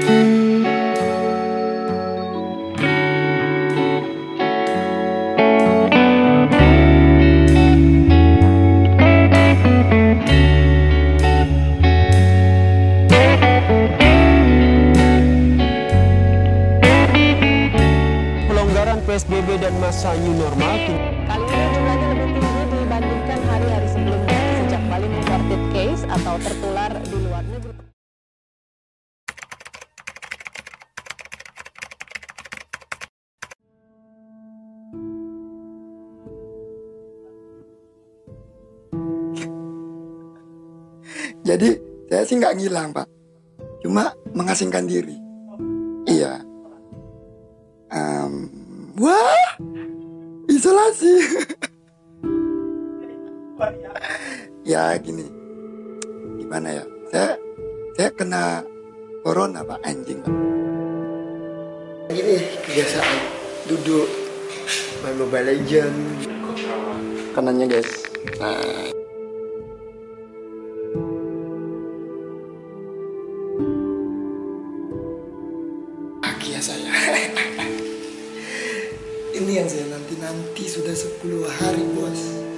PSBB dan masa new normal. Kali ini jumlahnya lebih tinggi dibandingkan hari-hari sebelumnya sejak Bali imported case atau tertular di luar negeri. Jadi saya sih nggak ngilang, Pak, cuma mengasingkan diri. Iya. Wah, isolasi. Ya gini, gimana ya? Saya kena corona, Pak, anjing, Pak. Gini kebiasaan duduk main Mobile Legend. Kanannya guys. Nah. Bahagia saya. Ini yang saya nanti sudah 10 hari, bos.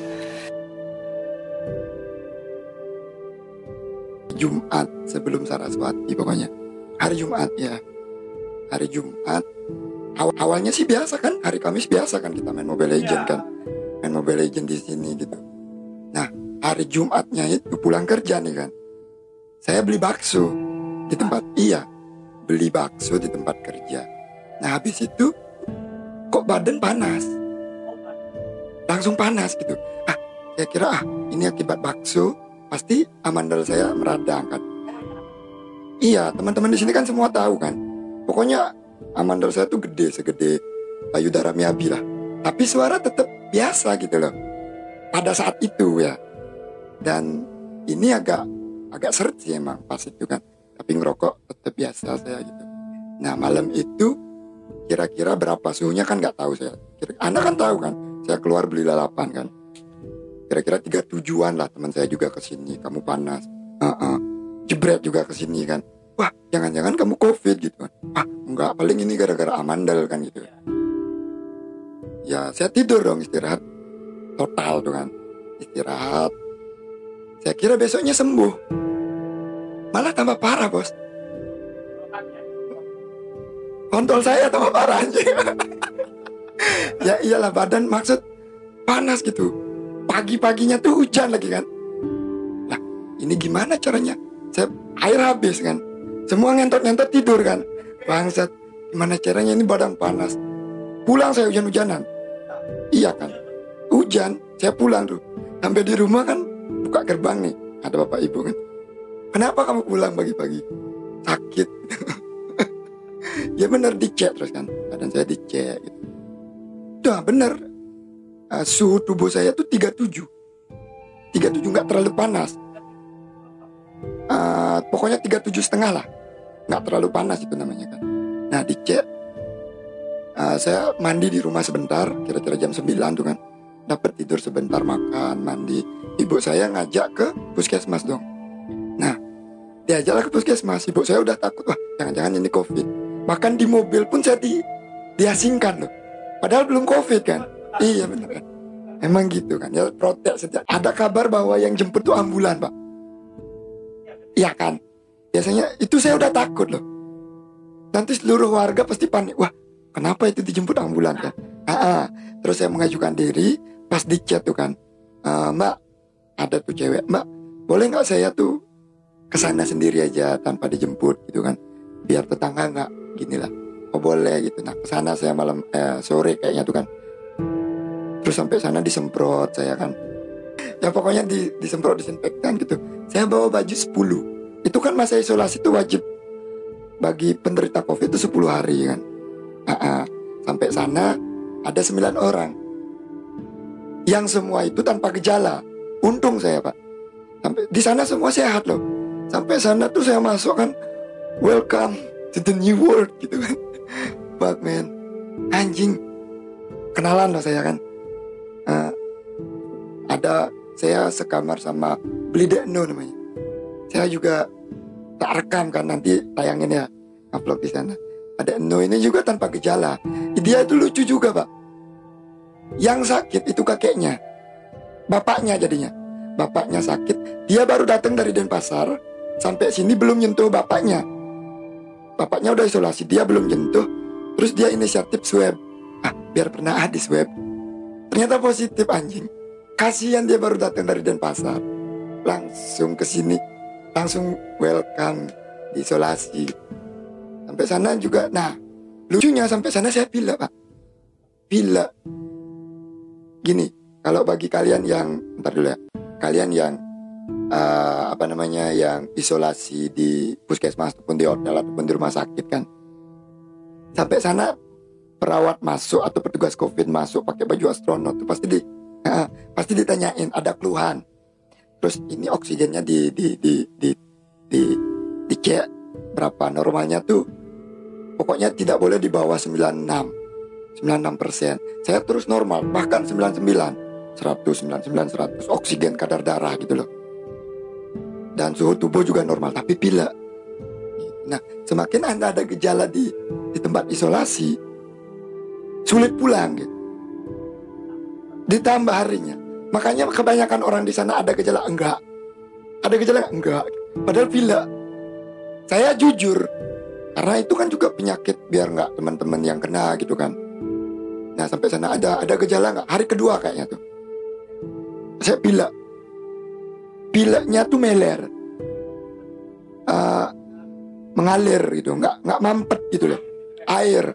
Jumat sebelum Saraswati pokoknya. Hari Jumat ya. Hari Jumat. Awalnya sih biasa kan, hari Kamis biasa kan kita main Mobile Legend kan. Main Mobile Legend di sini gitu. Nah, hari Jumatnya itu pulang kerja nih kan. Saya beli bakso di tempat, beli bakso di tempat kerja. Nah, habis itu kok badan panas, langsung panas gitu. Saya kira ini akibat bakso, pasti amandel saya meradang kan. Iya, teman-teman di sini kan semua tahu kan. Pokoknya amandel saya tuh gede, segede payudara Miyabi lah. Tapi suara tetap biasa gitu loh pada saat itu ya. Dan ini agak seret sih emang pas itu kan. Tapi ngerokok tetap biasa saya gitu. Nah, malam itu kira-kira berapa suhunya kan nggak tahu saya. Anda kan tahu kan, saya keluar beli lalapan kan. Kira-kira 37-an lah, teman saya juga kesini. Kamu panas. Jebret juga kesini kan. Wah, jangan-jangan kamu COVID gitu kan. Enggak, paling ini gara-gara amandel kan gitu. Ya, saya tidur dong, istirahat total tuh kan. Istirahat. Saya kira besoknya sembuh. Malah tambah parah, bos. Kontol saya tambah parah aja. Ya iyalah, badan maksud panas gitu. Pagi-paginya tuh hujan lagi kan. Nah, ini gimana caranya? Saya air habis kan. Semua ngentot-ngentot tidur kan. Bangsat, gimana caranya ini badan panas. Pulang saya hujan-hujanan. Iya kan. Hujan, saya pulang tuh. Sampai di rumah kan buka gerbang nih. Ada bapak ibu kan. Kenapa kamu pulang pagi-pagi? Sakit. Ya bener, dicek terus kan. Badan saya dicek gitu. Udah bener. Suhu tubuh saya tuh 37 gak terlalu panas. Pokoknya 37,5 lah. Gak terlalu panas itu namanya kan. Nah, dicek. Saya mandi di rumah sebentar. Kira-kira jam 9 tuh kan. Dapat tidur sebentar, makan, mandi. Ibu saya ngajak ke puskesmas dong. Nah, diajaklah ke puskesmas. Ibu saya udah takut. Wah, jangan-jangan ini COVID. Bahkan di mobil pun saya diasingkan loh. Padahal belum COVID kan. Iya bener kan. Emang gitu kan. Ya protek sejak. Ada kabar bahwa yang jemput tuh ambulan, Pak. Iya kan. Biasanya itu saya udah takut loh. Nanti seluruh warga pasti panik. Wah, kenapa itu dijemput ambulan kan. Terus saya mengajukan diri. Pas di chat tuh kan. Mbak, ada tuh cewek. Mbak, boleh gak saya tuh kesana sendiri aja tanpa dijemput gitu kan. Biar tetangga gak gini lah. Oh boleh gitu. Nah, kesana saya malam sore kayaknya tuh kan. Terus sampai sana disemprot saya kan. Ya pokoknya disemprot, disinfektan gitu. Saya bawa baju 10. Itu kan masa isolasi itu wajib bagi penderita COVID itu 10 hari kan. Sampai sana ada 9 orang. Yang semua itu tanpa gejala. Untung saya, Pak. Sampai di sana semua sehat loh. Sampai sana tuh saya masuk kan. Welcome to the new world gitu kan. Fuck man. Anjing. Kenalan loh saya kan. Ada saya sekamar sama Blidekno namanya. Saya juga tak rekam kan, nanti tayangin ya. ngevlog di sana. Ada Eno ini juga tanpa gejala. Dia itu lucu juga, Pak. Yang sakit itu kakeknya, bapaknya jadinya. Bapaknya sakit, dia baru datang dari Denpasar, sampai sini belum nyentuh bapaknya. Bapaknya udah isolasi, dia belum nyentuh. Terus dia inisiatif swab. Biar pernah di swab. Ternyata positif, anjing. Kasihan, dia baru datang dari Denpasar, langsung ke sini, langsung welcome, diisolasi. Sampai sana juga. Nah, lucunya sampai sana saya pilek, Pak. Pilek. Gini, kalau bagi kalian yang, ntar dulu ya, kalian yang yang isolasi di puskesmas ataupun di hotel ataupun di rumah sakit kan, sampai sana perawat masuk atau petugas COVID masuk pakai baju astronot tuh pasti ditanyain ada keluhan. Terus ini oksigennya dicek berapa, normalnya tuh pokoknya tidak boleh di bawah 96%. Saya terus normal, bahkan 99, 100 oksigen kadar darah gitu loh. Dan suhu tubuh juga normal, tapi pilek. Nah, semakin Anda ada gejala di tempat isolasi, sulit pulang gitu. Ditambah harinya. Makanya kebanyakan orang di sana ada gejala enggak. Ada gejala enggak. Padahal pilek. Saya jujur, karena itu kan juga penyakit, biar enggak teman-teman yang kena gitu kan. Nah, sampai sana ada gejala enggak? Hari kedua kayaknya tuh. Saya pilek. Pileknya tuh meler, mengalir gitu, nggak mampet gitu loh, air,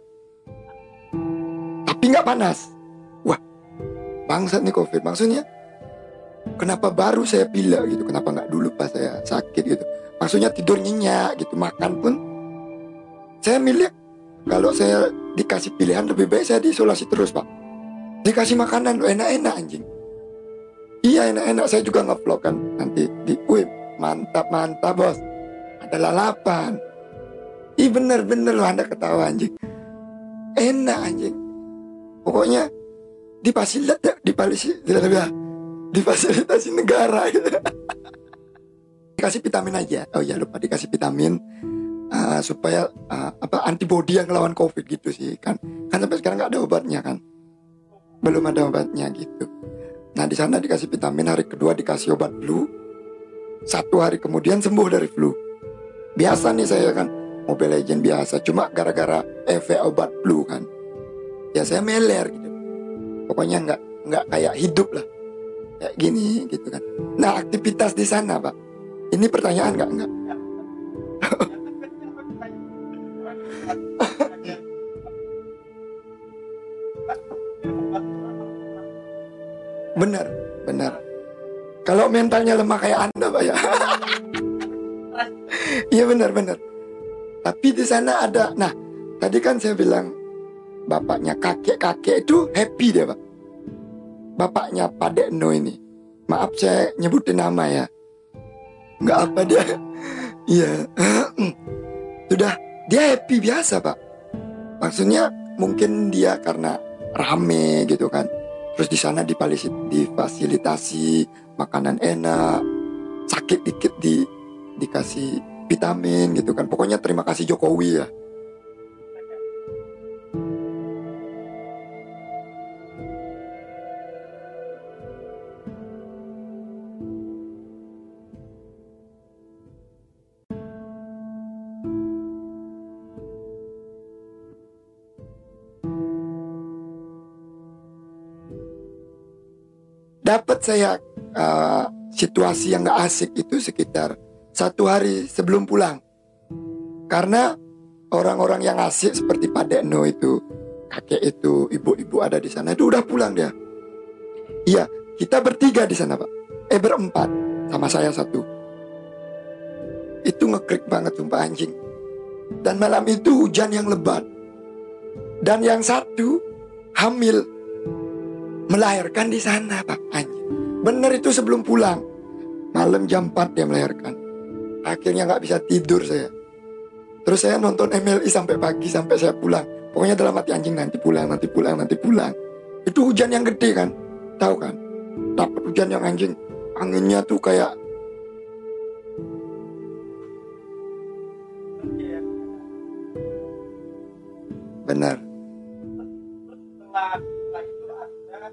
tapi nggak panas. Wah, bangsat nih COVID. Maksudnya, kenapa baru saya pilek gitu? Kenapa nggak dulu pas saya sakit gitu? Maksudnya tidur nyenyak gitu, makan pun saya milih. Kalau saya dikasih pilihan, lebih baik saya diisolasi terus, Pak. Dikasih makanan enak-enak, anjing. Iya, enak-enak. Saya juga nge-vlog kan nanti di web. Mantap bos, ada lalapan. Ih, bener loh, Anda ketawa anjing. Enak anjing. Pokoknya difasilitasi negara gitu. Dikasih vitamin aja. Oh ya, lupa dikasih vitamin supaya antibodi yang ngelawan COVID gitu sih kan sampai sekarang nggak ada obatnya kan, belum ada obatnya gitu. Nah, di sana dikasih vitamin, hari kedua dikasih obat flu. 1 hari kemudian sembuh dari flu. Biasa nih saya kan Mobile Legend biasa, cuma gara-gara efek obat flu kan, ya saya meler gitu. Pokoknya nggak kayak hidup lah, kayak gini gitu kan. Nah, aktivitas di sana, Pak, ini pertanyaan nggak? Benar. Kalau mentalnya lemah kayak Anda, Pak ya. Iya benar. Tapi di sana ada. Nah, tadi kan saya bilang bapaknya kakek itu happy dia, Pak. Bapaknya Pak Dekno ini. Maaf saya nyebutin nama ya. Nggak apa dia. Iya. Sudah, dia happy biasa, Pak. Maksudnya mungkin dia karena rame gitu kan. Terus di sana difasilitasi makanan enak, sakit dikit dikasih vitamin gitu kan. Pokoknya terima kasih Jokowi ya. Dapat saya situasi yang gak asik itu sekitar 1 hari sebelum pulang. Karena orang-orang yang asik seperti Pak Dekno itu, kakek itu, ibu-ibu ada di sana itu udah pulang dia. Iya, kita bertiga di sana, Pak. Berempat, sama saya 1. Itu ngekrik banget sumpah anjing. Dan malam itu hujan yang lebat. Dan yang 1 hamil, melahirkan di sana, Pak, anjing. Bener itu sebelum pulang. Malam jam 4 dia melahirkan. Akhirnya gak bisa tidur saya. Terus saya nonton MLI sampai pagi, sampai saya pulang. Pokoknya dalam hati anjing, nanti pulang. Itu hujan yang gede kan, tahu kan? Dapat hujan yang anjing, anginnya tuh kayak benar. Setelah itu ada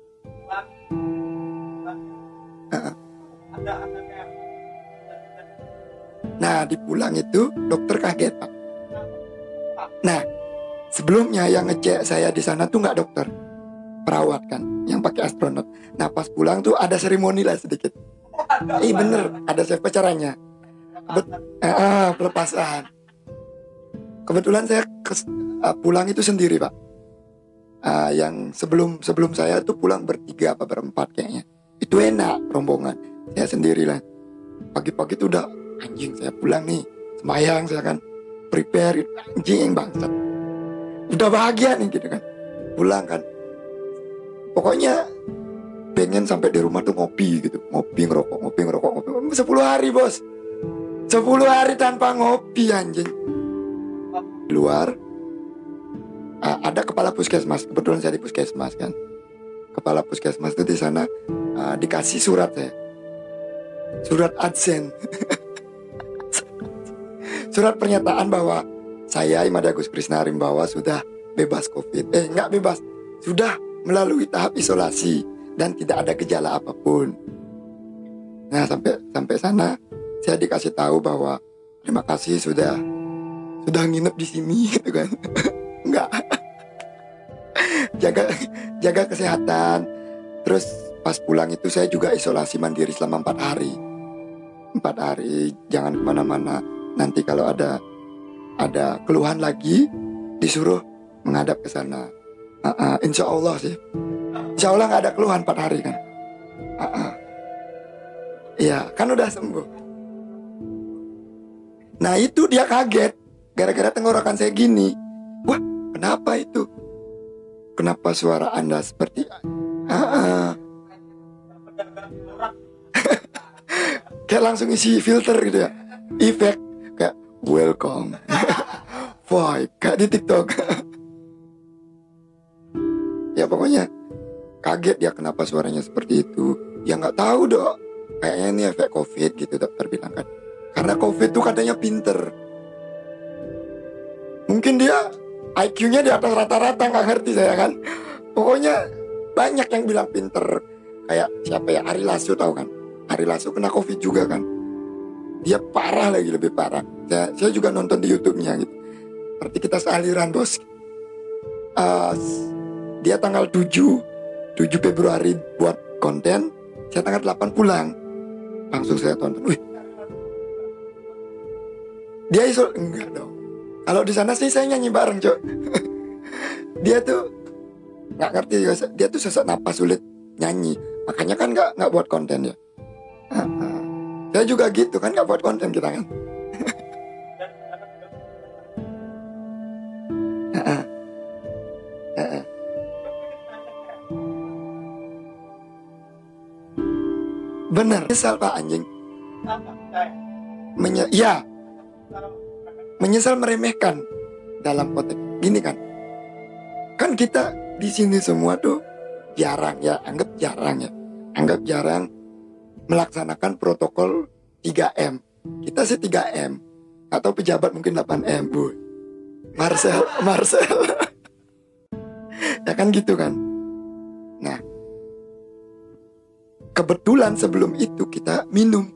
kayak. Nah di pulang itu dokter kaget Pak. Nah sebelumnya yang ngecek saya di sana tuh nggak dokter, perawat kan, yang pakai astronot. Nah pas pulang tuh ada seremoni lah sedikit. Bener, ada caranya. Pelepasan. Kebetulan saya pulang itu sendiri Pak. Yang sebelum saya tuh pulang bertiga apa berempat kayaknya. Itu enak rombongan. Saya sendirilah. Pagi-pagi tuh udah anjing saya pulang nih, sembahyang saya kan, prepare anjing bangsat. Udah bahagia nih gitu kan. Pulang kan. Pokoknya pengen sampai di rumah tuh ngopi gitu. Ngopi ngerokok. 10 hari bos. 10 hari tanpa ngopi anjing. Luar ada kepala puskesmas. Kebetulan saya di puskesmas kan. Kepala puskesmas itu di sana dikasih surat saya. Surat adsen. Surat pernyataan bahwa saya Imade Agus Krisna Rimbawa sudah bebas COVID. Enggak bebas. Sudah melalui tahap isolasi dan tidak ada gejala apapun. Nah, sampai sana saya dikasih tahu bahwa terima kasih sudah nginep di sini gitu kan. Enggak. Jaga kesehatan. Terus pas pulang itu saya juga isolasi mandiri selama 4 hari. 4 hari jangan kemana-mana. Nanti kalau ada keluhan lagi disuruh menghadap ke sana. Insya Allah sih. Insya Allah nggak ada keluhan 4 hari kan. Iya kan udah sembuh. Nah itu dia kaget gara-gara tenggorokan saya gini. Wah kenapa itu? Kenapa suara Anda seperti kayak langsung isi filter gitu ya. Efek kayak welcome. Vibe kayak di TikTok. Ya pokoknya kaget ya kenapa suaranya seperti itu. Ya nggak tahu dok. Kayaknya ini efek COVID gitu dokter bilang kan. Karena COVID tuh katanya pinter. Mungkin dia IQ-nya di atas rata-rata, nggak ngerti saya kan. Pokoknya banyak yang bilang pinter. Kayak siapa ya, Ari Lasso tahu kan. Ari Lasso kena COVID juga kan. Dia parah lagi, lebih parah. Saya juga nonton di YouTube-nya gitu. Berarti kita sealiran bos. Dia tanggal 7 Februari buat konten. Saya tanggal 8 pulang. Langsung saya tonton. Wih. Dia enggak dong. Kalau di sana sih saya nyanyi bareng, Cok. Dia tuh nggak ngerti juga. Dia tuh sesak napas, sulit nyanyi. Makanya kan nggak buat konten ya. Saya juga gitu kan, nggak buat konten kita kan. Bener, menyesal Pak anjing. Menyesal meremehkan dalam konteks gini kan. Kan kita di sini semua tuh jarang anggap jarang melaksanakan protokol 3M. Kita sih 3M atau pejabat mungkin 8M, Bu. Marcel. Ya kan gitu kan. Nah, kebetulan sebelum itu kita minum.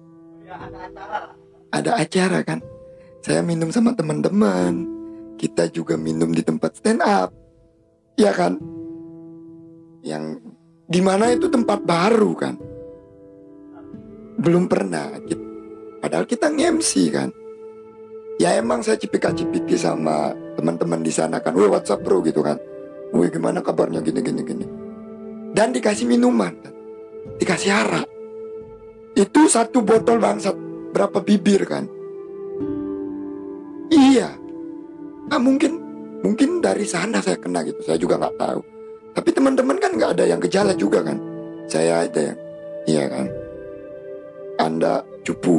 Ada acara kan. Saya minum sama teman-teman. Kita juga minum di tempat stand up. Ya kan. Yang dimana itu tempat baru kan. Belum pernah. Padahal kita nge-MC kan. Ya emang saya cipika-cipiki sama teman-teman di sana kan. Wih WhatsApp bro gitu kan. Wih gimana kabarnya gini. Dan dikasih minuman kan. Dikasih arak. Itu 1 botol bangsat. Berapa bibir kan. Iya. Mungkin dari sana saya kena gitu. Saya juga gak tahu. Tapi teman-teman kan gak ada yang gejala juga kan. Saya ada yang iya kan. Anda cupu.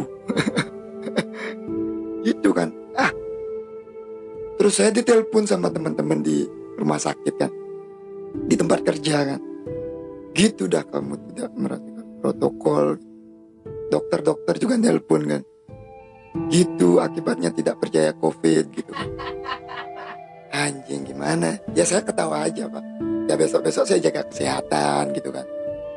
Gitu kan. Terus saya ditelepon sama teman-teman di rumah sakit kan. Di tempat kerja kan. Gitu dah kamu tidak merhatikan protokol. Dokter-dokter juga nelpon kan. Gitu akibatnya tidak percaya COVID gitu kan. Anjing gimana? Ya saya ketawa aja Pak. Ya besok-besok saya jaga kesehatan gitu kan.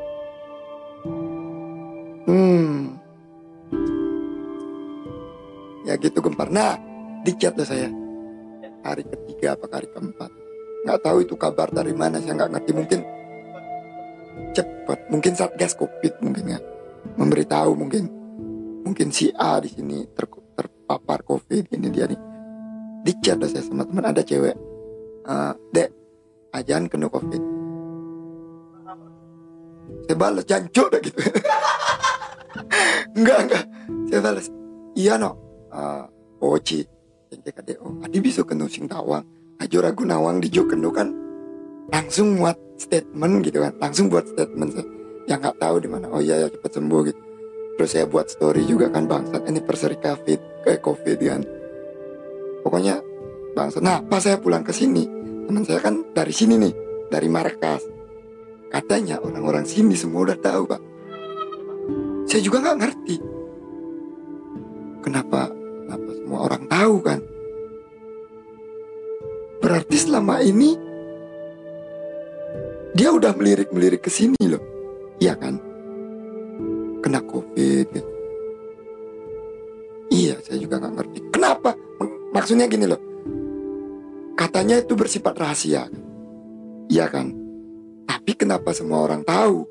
Ya gitu Gempar. Nah, di chat tuh saya hari ketiga apa hari keempat. Nggak tahu itu kabar dari mana, saya nggak ngerti. Mungkin cepat, mungkin Satgas Covid mungkin ya, memberitahu mungkin si A di sini terpapar Covid, ini dia nih. Di chat tuh saya sama teman, ada cewek, Dek, ajan kena Covid. Saya balas jancuk dah gitu. enggak. Saya balas, iya no, Oci, yang cek ade, adi bisa kena sing tawang, ajo ragu nawang di jo kena kan, langsung buat statement gitu kan, langsung buat statement saya, yang nggak tahu di mana. Oh iya ya cepat sembuh gitu. Terus saya buat story juga kan, bangsat ini perseri COVID kan. Pokoknya bangsat. Nah pas saya pulang ke sini, teman saya kan dari sini nih, dari markas. Katanya orang-orang sini semua udah tahu Pak. Saya juga nggak ngerti kenapa semua orang tahu kan. Berarti selama ini dia udah melirik ke sini loh, iya kan? Kena Covid gitu. Iya, saya juga nggak ngerti kenapa. Maksudnya gini loh, katanya itu bersifat rahasia, iya kan? Tapi kenapa semua orang tahu?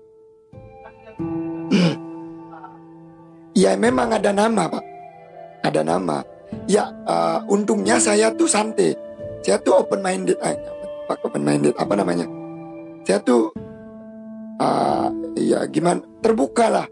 Ya memang ada nama Pak, ada nama. Ya untungnya saya tuh santai, saya tuh open minded, apa namanya? Saya tuh ya gimana, terbuka lah.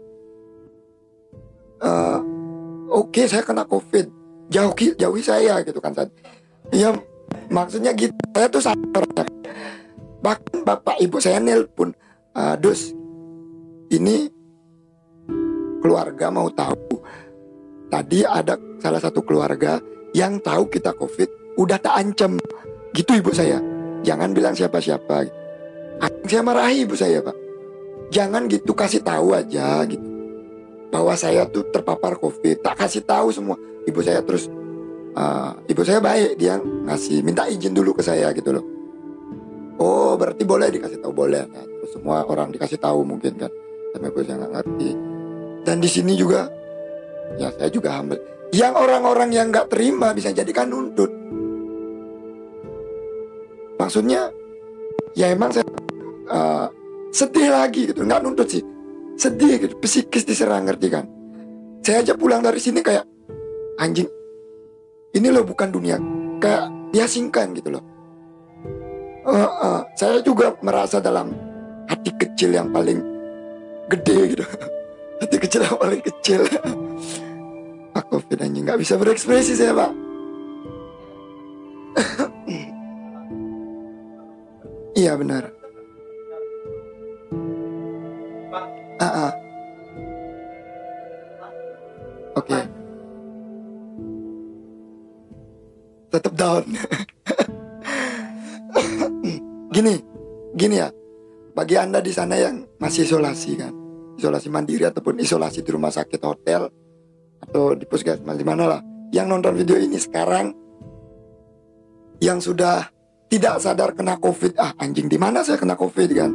Oke, saya kena Covid, jauhi saya gitu kan. Ya maksudnya gitu, saya tuh sadar. Bahkan bapak ibu saya nelpon, Dus, ini keluarga mau tahu. Tadi ada salah satu keluarga yang tahu kita Covid, udah tak ancam gitu ibu saya. Jangan bilang siapa-siapa. Saya marahi ibu saya Pak. Jangan gitu, kasih tahu aja gitu, bahwa saya tuh terpapar Covid. Tak kasih tahu semua. Ibu saya terus ibu saya baik, dia minta izin dulu ke saya gitu loh. Oh berarti boleh dikasih tahu, boleh. Nah, terus semua orang dikasih tahu mungkin kan. Tapi gue nggak ngerti. Dan di sini juga, ya saya juga humble. Yang orang-orang yang nggak terima bisa jadikan nuntut. Maksudnya, ya emang saya sedih lagi gitu, nggak nuntut sih, sedih gitu, psikis diserang, ngerti kan? Saya aja pulang dari sini kayak anjing. Ini loh bukan dunia, kayak diasingkan gitu loh. Saya juga merasa dalam hati kecil yang paling gede gitu. Hati kecil yang paling kecil. Pak Covid anjing, gak bisa berekspresi saya Pak. Iya benar. Oke. Tetap down. Gini ya, bagi Anda di sana yang masih isolasi kan, isolasi mandiri ataupun isolasi di rumah sakit, hotel, atau di puskesmas di mana lah, yang nonton video ini sekarang, yang sudah tidak sadar kena Covid, anjing di mana saya kena Covid kan?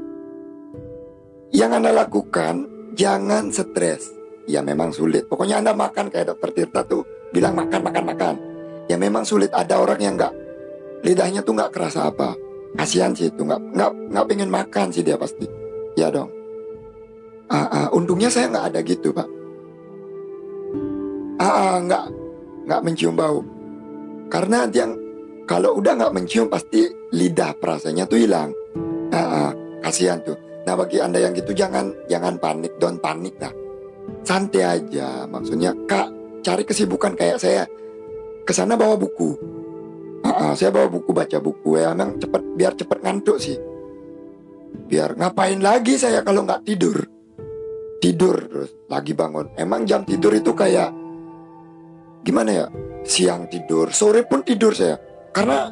Yang Anda lakukan, jangan stres. Ya memang sulit. Pokoknya Anda makan kayak Dokter Tirta tuh bilang makan. Ya memang sulit. Ada orang yang lidahnya tuh nggak kerasa apa. Kasihan sih itu, nggak pengen makan sih dia pasti. Ya dong. Untungnya saya nggak ada gitu Pak. Nggak mencium bau. Karena dia kalau udah nggak mencium pasti lidah perasanya tuh hilang. Kasihan tuh. Nah bagi Anda yang gitu jangan panik, don't panik lah. Santai aja. Maksudnya cari kesibukan kayak saya. Kesana bawa buku. Saya bawa buku, baca buku ya, emang biar cepet ngantuk sih. Biar ngapain lagi saya kalau nggak tidur terus lagi bangun. Emang jam tidur itu kayak gimana ya? Siang tidur, sore pun tidur saya. Karena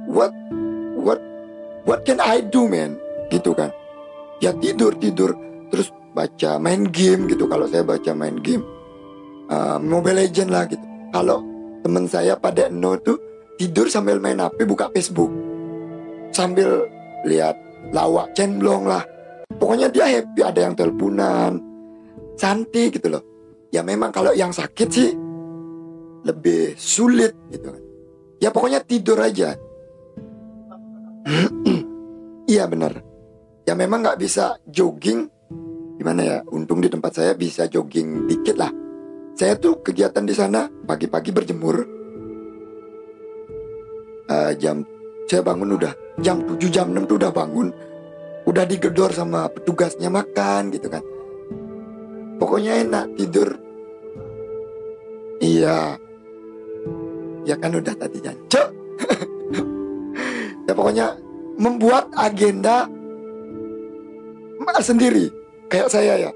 what can I do man? Gitu kan. Ya tidur terus baca, main game gitu. Kalau saya baca main game Mobile Legend lah gitu. Kalau teman saya pada tuh tidur sambil main HP, buka Facebook, sambil lihat lawak cemblong lah. Pokoknya dia happy, ada yang teleponan, santai gitu loh. Ya memang kalau yang sakit sih lebih sulit gitu kan. Ya pokoknya tidur aja. Iya benar. Ya memang nggak bisa jogging. Gimana ya? Untung di tempat saya bisa jogging dikit lah. Saya tuh kegiatan di sana pagi-pagi berjemur. Saya bangun udah jam 7 jam 6 tuh udah bangun. Udah digedor sama petugasnya makan gitu kan. Pokoknya enak tidur. Iya. Ya kan udah tadi jancok. Ya pokoknya membuat agenda sendiri. Kayak saya ya.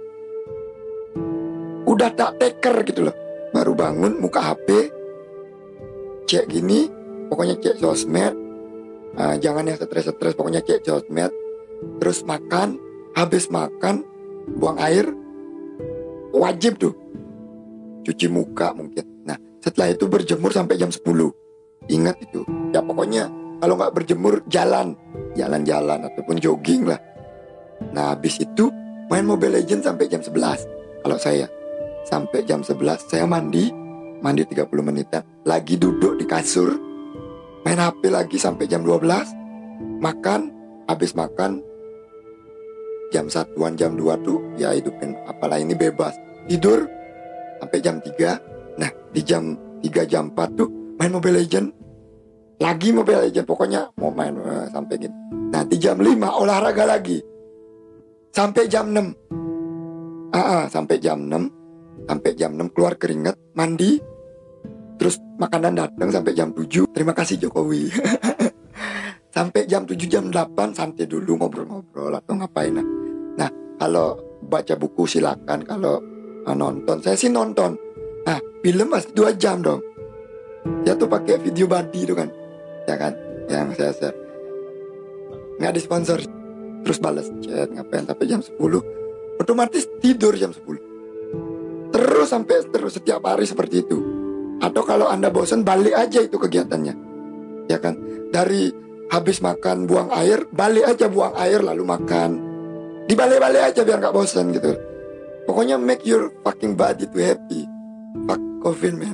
Udah tak teker gitu loh. Baru bangun muka HP, cek gini, pokoknya cek sosmed. Jangan yang stres-stres, pokoknya cek sosmed. Terus makan, habis makan buang air, wajib tuh cuci muka mungkin. Nah setelah itu berjemur sampai jam 10. Ingat itu. Ya pokoknya kalau nggak berjemur jalan-jalan ataupun jogging lah. Nah habis itu main Mobile Legends sampai jam 11. Kalau saya sampai jam 11 saya mandi 30 menitan, lagi duduk di kasur, main HP lagi sampai jam 12. Makan, habis makan jam 1-an jam 2 tuh ya hidupin apalah ini bebas. Tidur sampai jam 3. Nah di jam 3 jam 4 tuh main Mobile Legends. Lagi Mobile Legends, pokoknya mau main sampai gitu. Nah di jam 5 olahraga lagi sampai jam 6. Sampai jam 6. Sampai jam 6 keluar keringat, mandi. Terus makanan datang sampai jam 7. Terima kasih Jokowi. Sampai jam 7 jam 8 santai dulu, ngobrol-ngobrol atau ngapain. Nah kalau baca buku silakan. Kalau nonton, saya sih nonton. Nah film masih 2 jam dong. Ya tuh pakai video body itu kan. Ya kan, yang saya share. Nggak disponsor. Terus balas chat, ngapain sampai jam 10. Otomatis tidur jam 10. Terus setiap hari seperti itu. Atau kalau Anda bosan, balik aja itu kegiatannya. Ya kan, dari habis makan buang air, balik aja buang air lalu makan. Dibalik-balik aja biar nggak bosan gitu. Pokoknya make your fucking body to happy. Fuck COVID man.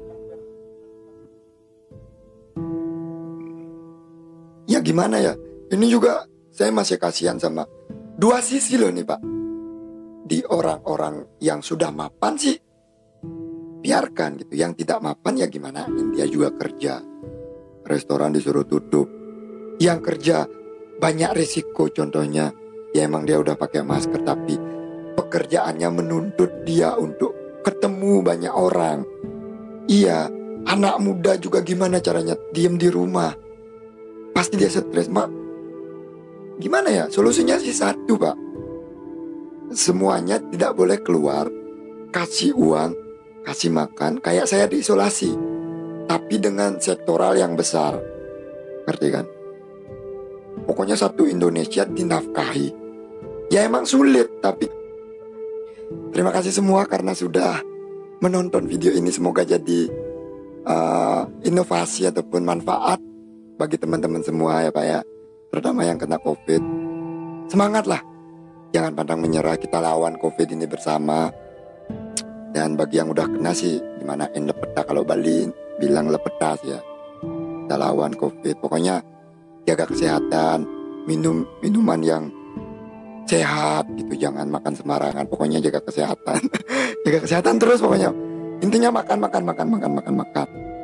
Ya gimana ya, ini juga saya masih kasihan sama dua sisi loh nih Pak. Di orang-orang yang sudah mapan sih biarkan gitu. Yang tidak mapan ya gimana, dia juga kerja. Restoran disuruh tutup. Yang kerja banyak risiko, contohnya ya emang dia udah pakai masker, tapi pekerjaannya menuntut dia untuk ketemu banyak orang. Iya, anak muda juga gimana caranya diem di rumah. Pasti dia stres, Mak. Gimana ya? Solusinya sih satu, Pak. Semuanya tidak boleh keluar, kasih uang, kasih makan, kayak saya diisolasi, tapi dengan sektoral yang besar. Ngerti kan? Pokoknya satu Indonesia dinafkahi. Ya emang sulit, tapi terima kasih semua karena sudah menonton video ini. Semoga jadi inovasi ataupun manfaat bagi teman-teman semua ya Pak ya. Terutama yang kena COVID. Semangatlah. Jangan pantang menyerah, kita lawan COVID ini bersama. Dan bagi yang udah kena sih, gimana lepeta, kalau Bali bilang lepeta sih ya. Kita lawan COVID. Pokoknya jaga kesehatan, minum minuman yang sehat gitu, jangan makan sembarangan. Pokoknya jaga kesehatan. Jaga kesehatan terus pokoknya. Intinya makan.